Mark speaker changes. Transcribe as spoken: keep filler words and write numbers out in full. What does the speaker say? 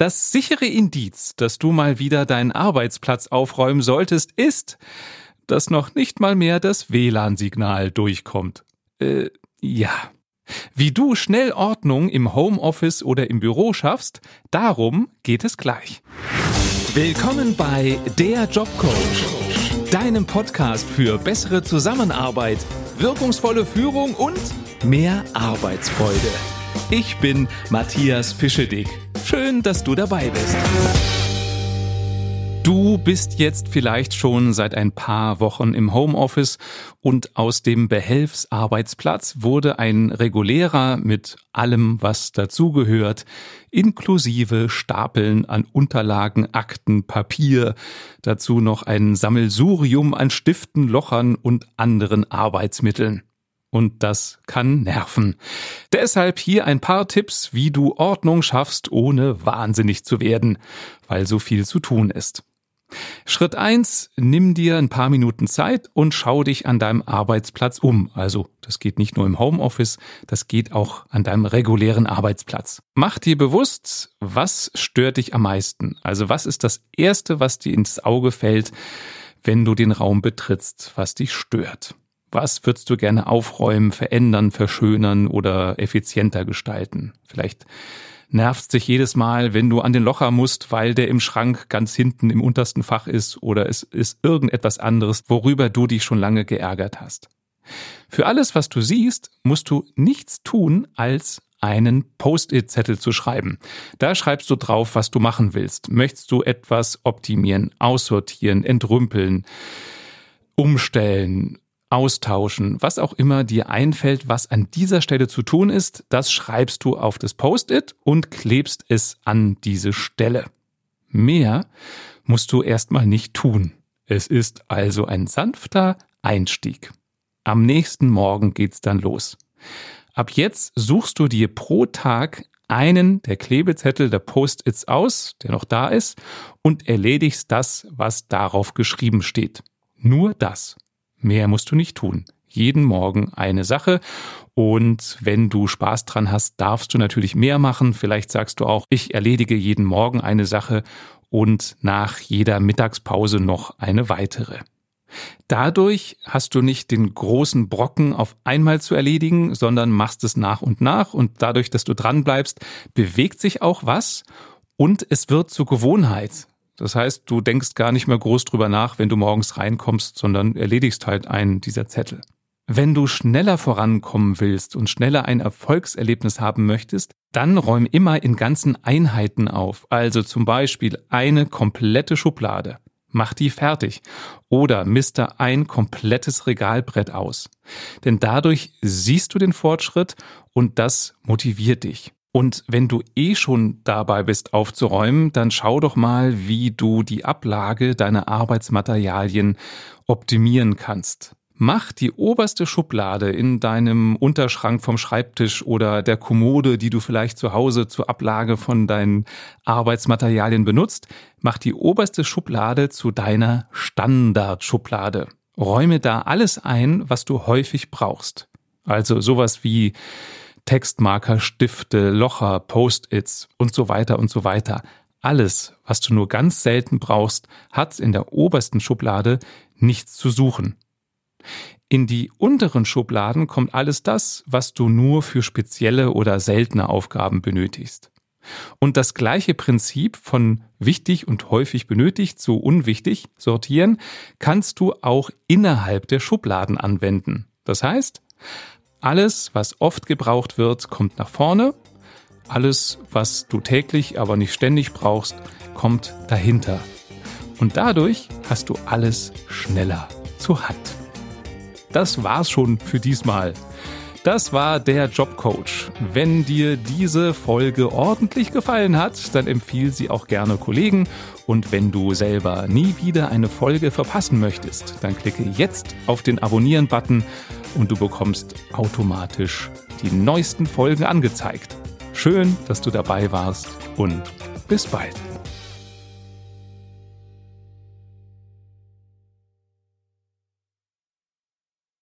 Speaker 1: Das sichere Indiz, dass du mal wieder deinen Arbeitsplatz aufräumen solltest, ist, dass noch nicht mal mehr das W L A N-Signal durchkommt. Äh, ja. Wie du schnell Ordnung im Homeoffice oder im Büro schaffst, darum geht es gleich. Willkommen bei Der Jobcoach, deinem Podcast für bessere Zusammenarbeit, wirkungsvolle Führung und mehr Arbeitsfreude. Ich bin Matthias Fischedick. Schön, dass du dabei bist. Du bist jetzt vielleicht schon seit ein paar Wochen im Homeoffice und aus dem Behelfsarbeitsplatz wurde ein regulärer mit allem, was dazugehört, inklusive Stapeln an Unterlagen, Akten, Papier, dazu noch ein Sammelsurium an Stiften, Lochern und anderen Arbeitsmitteln. Und das kann nerven. Deshalb hier ein paar Tipps, wie du Ordnung schaffst, ohne wahnsinnig zu werden, weil so viel zu tun ist. Schritt eins, nimm dir ein paar Minuten Zeit und schau dich an deinem Arbeitsplatz um. Also das geht nicht nur im Homeoffice, das geht auch an deinem regulären Arbeitsplatz. Mach dir bewusst, was stört dich am meisten? Also was ist das Erste, was dir ins Auge fällt, wenn du den Raum betrittst, was dich stört? Was würdest du gerne aufräumen, verändern, verschönern oder effizienter gestalten? Vielleicht nervst dich jedes Mal, wenn du an den Locher musst, weil der im Schrank ganz hinten im untersten Fach ist, oder es ist irgendetwas anderes, worüber du dich schon lange geärgert hast. Für alles, was du siehst, musst du nichts tun, als einen Post-it-Zettel zu schreiben. Da schreibst du drauf, was du machen willst. Möchtest du etwas optimieren, aussortieren, entrümpeln, umstellen, austauschen, was auch immer dir einfällt, was an dieser Stelle zu tun ist, das schreibst du auf das Post-it und klebst es an diese Stelle. Mehr musst du erstmal nicht tun. Es ist also ein sanfter Einstieg. Am nächsten Morgen geht's dann los. Ab jetzt suchst du dir pro Tag einen der Klebezettel der Post-its aus, der noch da ist, und erledigst das, was darauf geschrieben steht. Nur das. Mehr musst du nicht tun. Jeden Morgen eine Sache. Und wenn du Spaß dran hast, darfst du natürlich mehr machen. Vielleicht sagst du auch, ich erledige jeden Morgen eine Sache und nach jeder Mittagspause noch eine weitere. Dadurch hast du nicht den großen Brocken auf einmal zu erledigen, sondern machst es nach und nach. Und dadurch, dass du dran bleibst, bewegt sich auch was und es wird zur Gewohnheit. Das heißt, du denkst gar nicht mehr groß drüber nach, wenn du morgens reinkommst, sondern erledigst halt einen dieser Zettel. Wenn du schneller vorankommen willst und schneller ein Erfolgserlebnis haben möchtest, dann räum immer in ganzen Einheiten auf. Also zum Beispiel eine komplette Schublade. Mach die fertig. Oder miste ein komplettes Regalbrett aus. Denn dadurch siehst du den Fortschritt und das motiviert dich. Und wenn du eh schon dabei bist aufzuräumen, dann schau doch mal, wie du die Ablage deiner Arbeitsmaterialien optimieren kannst. Mach die oberste Schublade in deinem Unterschrank vom Schreibtisch oder der Kommode, die du vielleicht zu Hause zur Ablage von deinen Arbeitsmaterialien benutzt, mach die oberste Schublade zu deiner Standardschublade. Räume da alles ein, was du häufig brauchst. Also sowas wie Textmarker, Stifte, Locher, Post-its und so weiter und so weiter. Alles, was du nur ganz selten brauchst, hat in der obersten Schublade nichts zu suchen. In die unteren Schubladen kommt alles das, was du nur für spezielle oder seltene Aufgaben benötigst. Und das gleiche Prinzip von wichtig und häufig benötigt zu unwichtig sortieren, kannst du auch innerhalb der Schubladen anwenden. Das heißt, alles, was oft gebraucht wird, kommt nach vorne. Alles, was du täglich, aber nicht ständig brauchst, kommt dahinter. Und dadurch hast du alles schneller zur Hand. Das war's schon für diesmal. Das war der Jobcoach. Wenn dir diese Folge ordentlich gefallen hat, dann empfiehl sie auch gerne Kollegen. Und wenn du selber nie wieder eine Folge verpassen möchtest, dann klicke jetzt auf den Abonnieren-Button und du bekommst automatisch die neuesten Folgen angezeigt. Schön, dass du dabei warst und bis bald.